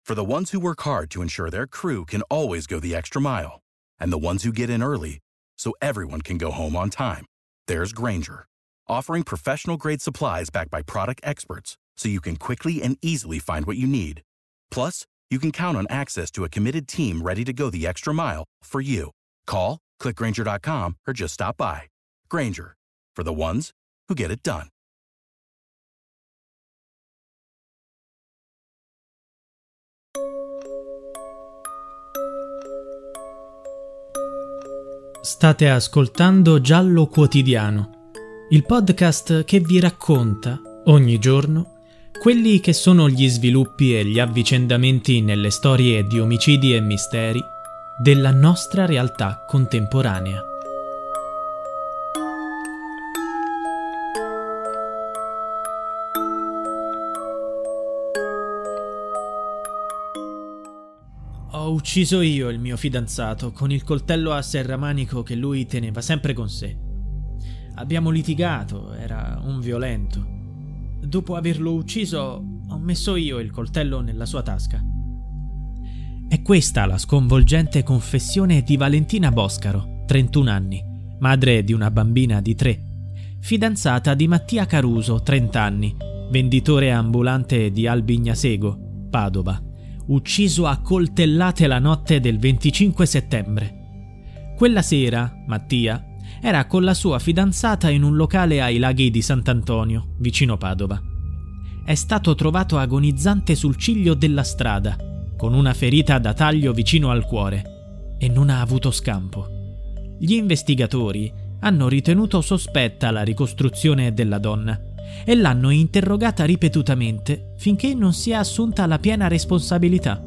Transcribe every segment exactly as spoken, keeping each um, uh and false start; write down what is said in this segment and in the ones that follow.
For the ones who work hard to ensure their crew can always go the extra mile, and the ones who get in early so everyone can go home on time, there's Grainger, offering professional-grade supplies backed by product experts so you can quickly and easily find what you need. Plus, you can count on access to a committed team ready to go the extra mile for you. Call, click Grainger dot com, or just stop by. Grainger, for the ones who get it done. State ascoltando Giallo Quotidiano, il podcast che vi racconta, ogni giorno, quelli che sono gli sviluppi e gli avvicendamenti nelle storie di omicidi e misteri della nostra realtà contemporanea. Ho ucciso io il mio fidanzato con il coltello a serramanico che lui teneva sempre con sé. Abbiamo litigato, era un violento. Dopo averlo ucciso, ho messo io il coltello nella sua tasca. È questa la sconvolgente confessione di Valentina Boscaro, trentuno anni, madre di una bambina di tre, fidanzata di Mattia Caruso, trenta anni, venditore ambulante di Albignasego, Padova, ucciso a coltellate la notte del venticinque settembre. Quella sera, Mattia era con la sua fidanzata in un locale ai laghi di Sant'Antonio, vicino Padova. È stato trovato agonizzante sul ciglio della strada, con una ferita da taglio vicino al cuore, e non ha avuto scampo. Gli investigatori hanno ritenuto sospetta la ricostruzione della donna e l'hanno interrogata ripetutamente finché non si è assunta la piena responsabilità.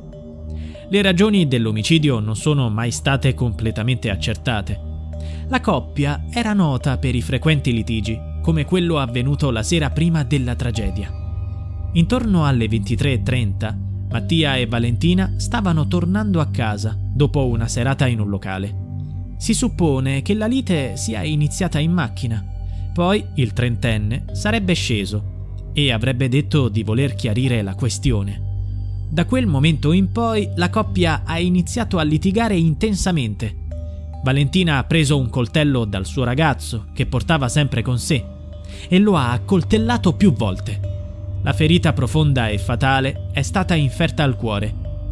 Le ragioni dell'omicidio non sono mai state completamente accertate. La coppia era nota per i frequenti litigi, come quello avvenuto la sera prima della tragedia. Intorno alle ventitré e trenta, Mattia e Valentina stavano tornando a casa dopo una serata in un locale. Si suppone che la lite sia iniziata in macchina. Poi il trentenne sarebbe sceso e avrebbe detto di voler chiarire la questione. Da quel momento in poi la coppia ha iniziato a litigare intensamente. Valentina ha preso un coltello dal suo ragazzo, che portava sempre con sé, e lo ha accoltellato più volte. La ferita profonda e fatale è stata inferta al cuore.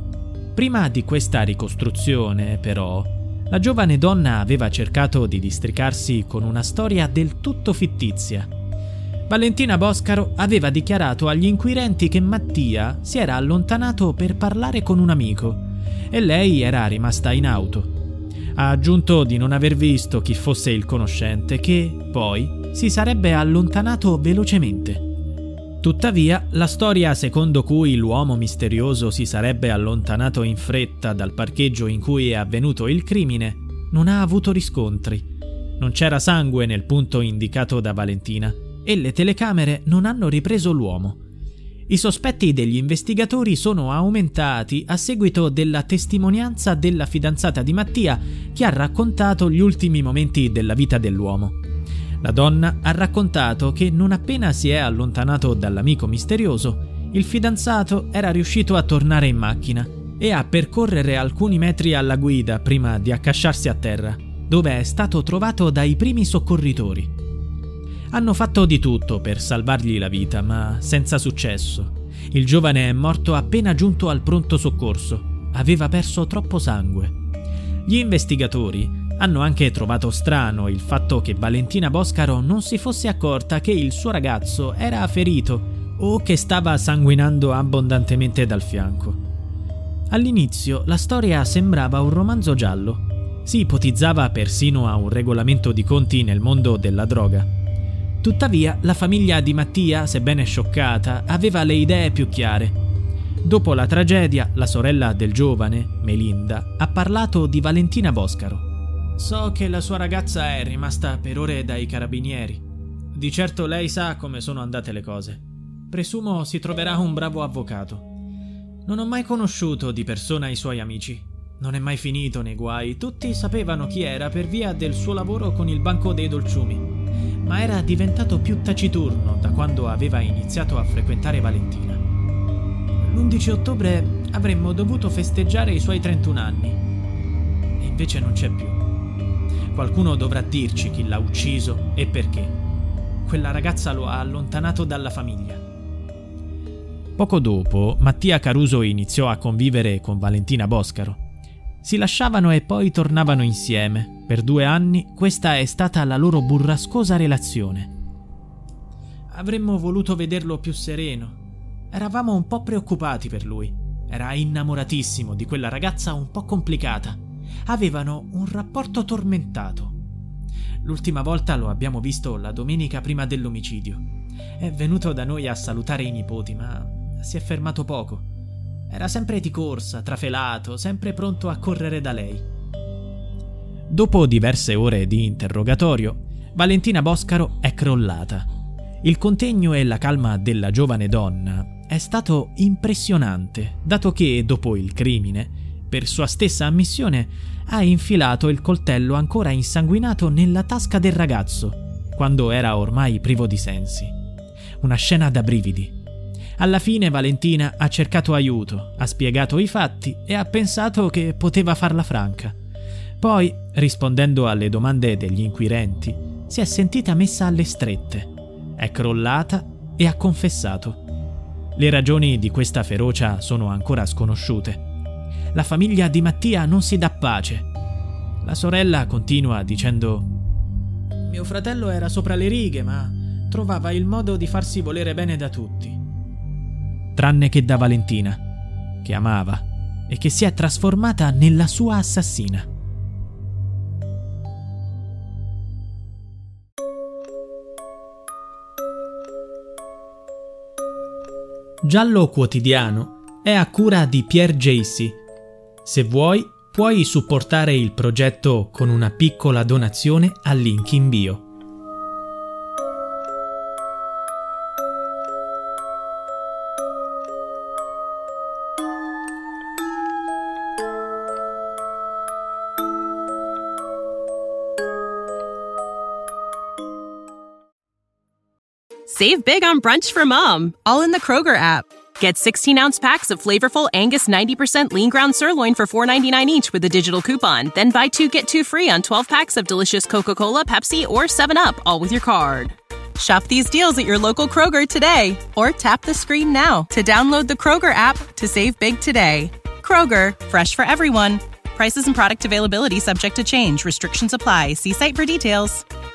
Prima di questa ricostruzione, però, la giovane donna aveva cercato di districarsi con una storia del tutto fittizia. Valentina Boscaro aveva dichiarato agli inquirenti che Mattia si era allontanato per parlare con un amico e lei era rimasta in auto. Ha aggiunto di non aver visto chi fosse il conoscente, che poi si sarebbe allontanato velocemente. Tuttavia, la storia secondo cui l'uomo misterioso si sarebbe allontanato in fretta dal parcheggio in cui è avvenuto il crimine non ha avuto riscontri. Non c'era sangue nel punto indicato da Valentina e le telecamere non hanno ripreso l'uomo. I sospetti degli investigatori sono aumentati a seguito della testimonianza della fidanzata di Mattia, che ha raccontato gli ultimi momenti della vita dell'uomo. La donna ha raccontato che non appena si è allontanato dall'amico misterioso, il fidanzato era riuscito a tornare in macchina e a percorrere alcuni metri alla guida prima di accasciarsi a terra, dove è stato trovato dai primi soccorritori. Hanno fatto di tutto per salvargli la vita, ma senza successo. Il giovane è morto appena giunto al pronto soccorso. Aveva perso troppo sangue. Gli investigatori hanno anche trovato strano il fatto che Valentina Boscaro non si fosse accorta che il suo ragazzo era ferito o che stava sanguinando abbondantemente dal fianco. All'inizio la storia sembrava un romanzo giallo. Si ipotizzava persino a un regolamento di conti nel mondo della droga. Tuttavia, la famiglia di Mattia, sebbene scioccata, aveva le idee più chiare. Dopo la tragedia, la sorella del giovane, Melinda, ha parlato di Valentina Boscaro. So che la sua ragazza è rimasta per ore dai carabinieri. Di certo lei sa come sono andate le cose. Presumo si troverà un bravo avvocato. Non ho mai conosciuto di persona i suoi amici. Non è mai finito nei guai. Tutti sapevano chi era per via del suo lavoro con il Banco dei Dolciumi, ma era diventato più taciturno da quando aveva iniziato a frequentare Valentina. L'undici ottobre avremmo dovuto festeggiare i suoi trentuno anni. E invece non c'è più. Qualcuno dovrà dirci chi l'ha ucciso e perché. Quella ragazza lo ha allontanato dalla famiglia. Poco dopo, Mattia Caruso iniziò a convivere con Valentina Boscaro. Si lasciavano e poi tornavano insieme. Per due anni questa è stata la loro burrascosa relazione. Avremmo voluto vederlo più sereno. Eravamo un po' preoccupati per lui. Era innamoratissimo di quella ragazza un po' complicata. Avevano un rapporto tormentato. L'ultima volta lo abbiamo visto la domenica prima dell'omicidio. È venuto da noi a salutare i nipoti, ma si è fermato poco. Era sempre di corsa, trafelato, sempre pronto a correre da lei. Dopo diverse ore di interrogatorio, Valentina Boscaro è crollata. Il contegno e la calma della giovane donna è stato impressionante, dato che, dopo il crimine, per sua stessa ammissione, ha infilato il coltello ancora insanguinato nella tasca del ragazzo, quando era ormai privo di sensi. Una scena da brividi. Alla fine Valentina ha cercato aiuto, ha spiegato i fatti e ha pensato che poteva farla franca. Poi, rispondendo alle domande degli inquirenti, si è sentita messa alle strette. È crollata e ha confessato. Le ragioni di questa ferocia sono ancora sconosciute. La famiglia di Mattia non si dà pace. La sorella continua dicendo: «Mio fratello era sopra le righe, ma trovava il modo di farsi volere bene da tutti». Tranne che da Valentina, che amava e che si è trasformata nella sua assassina. Giallo Quotidiano è a cura di Pierre Jacy. Se vuoi, puoi supportare il progetto con una piccola donazione al link in bio. Save big on brunch for mom, all in the Kroger app. Get sixteen-ounce packs of flavorful Angus ninety percent lean ground sirloin for four ninety-nine each with a digital coupon. Then buy two, get two free on twelve packs of delicious Coca-Cola, Pepsi, or seven up, all with your card. Shop these deals at your local Kroger today, or tap the screen now to download the Kroger app to save big today. Kroger, fresh for everyone. Prices and product availability subject to change. Restrictions apply. See site for details.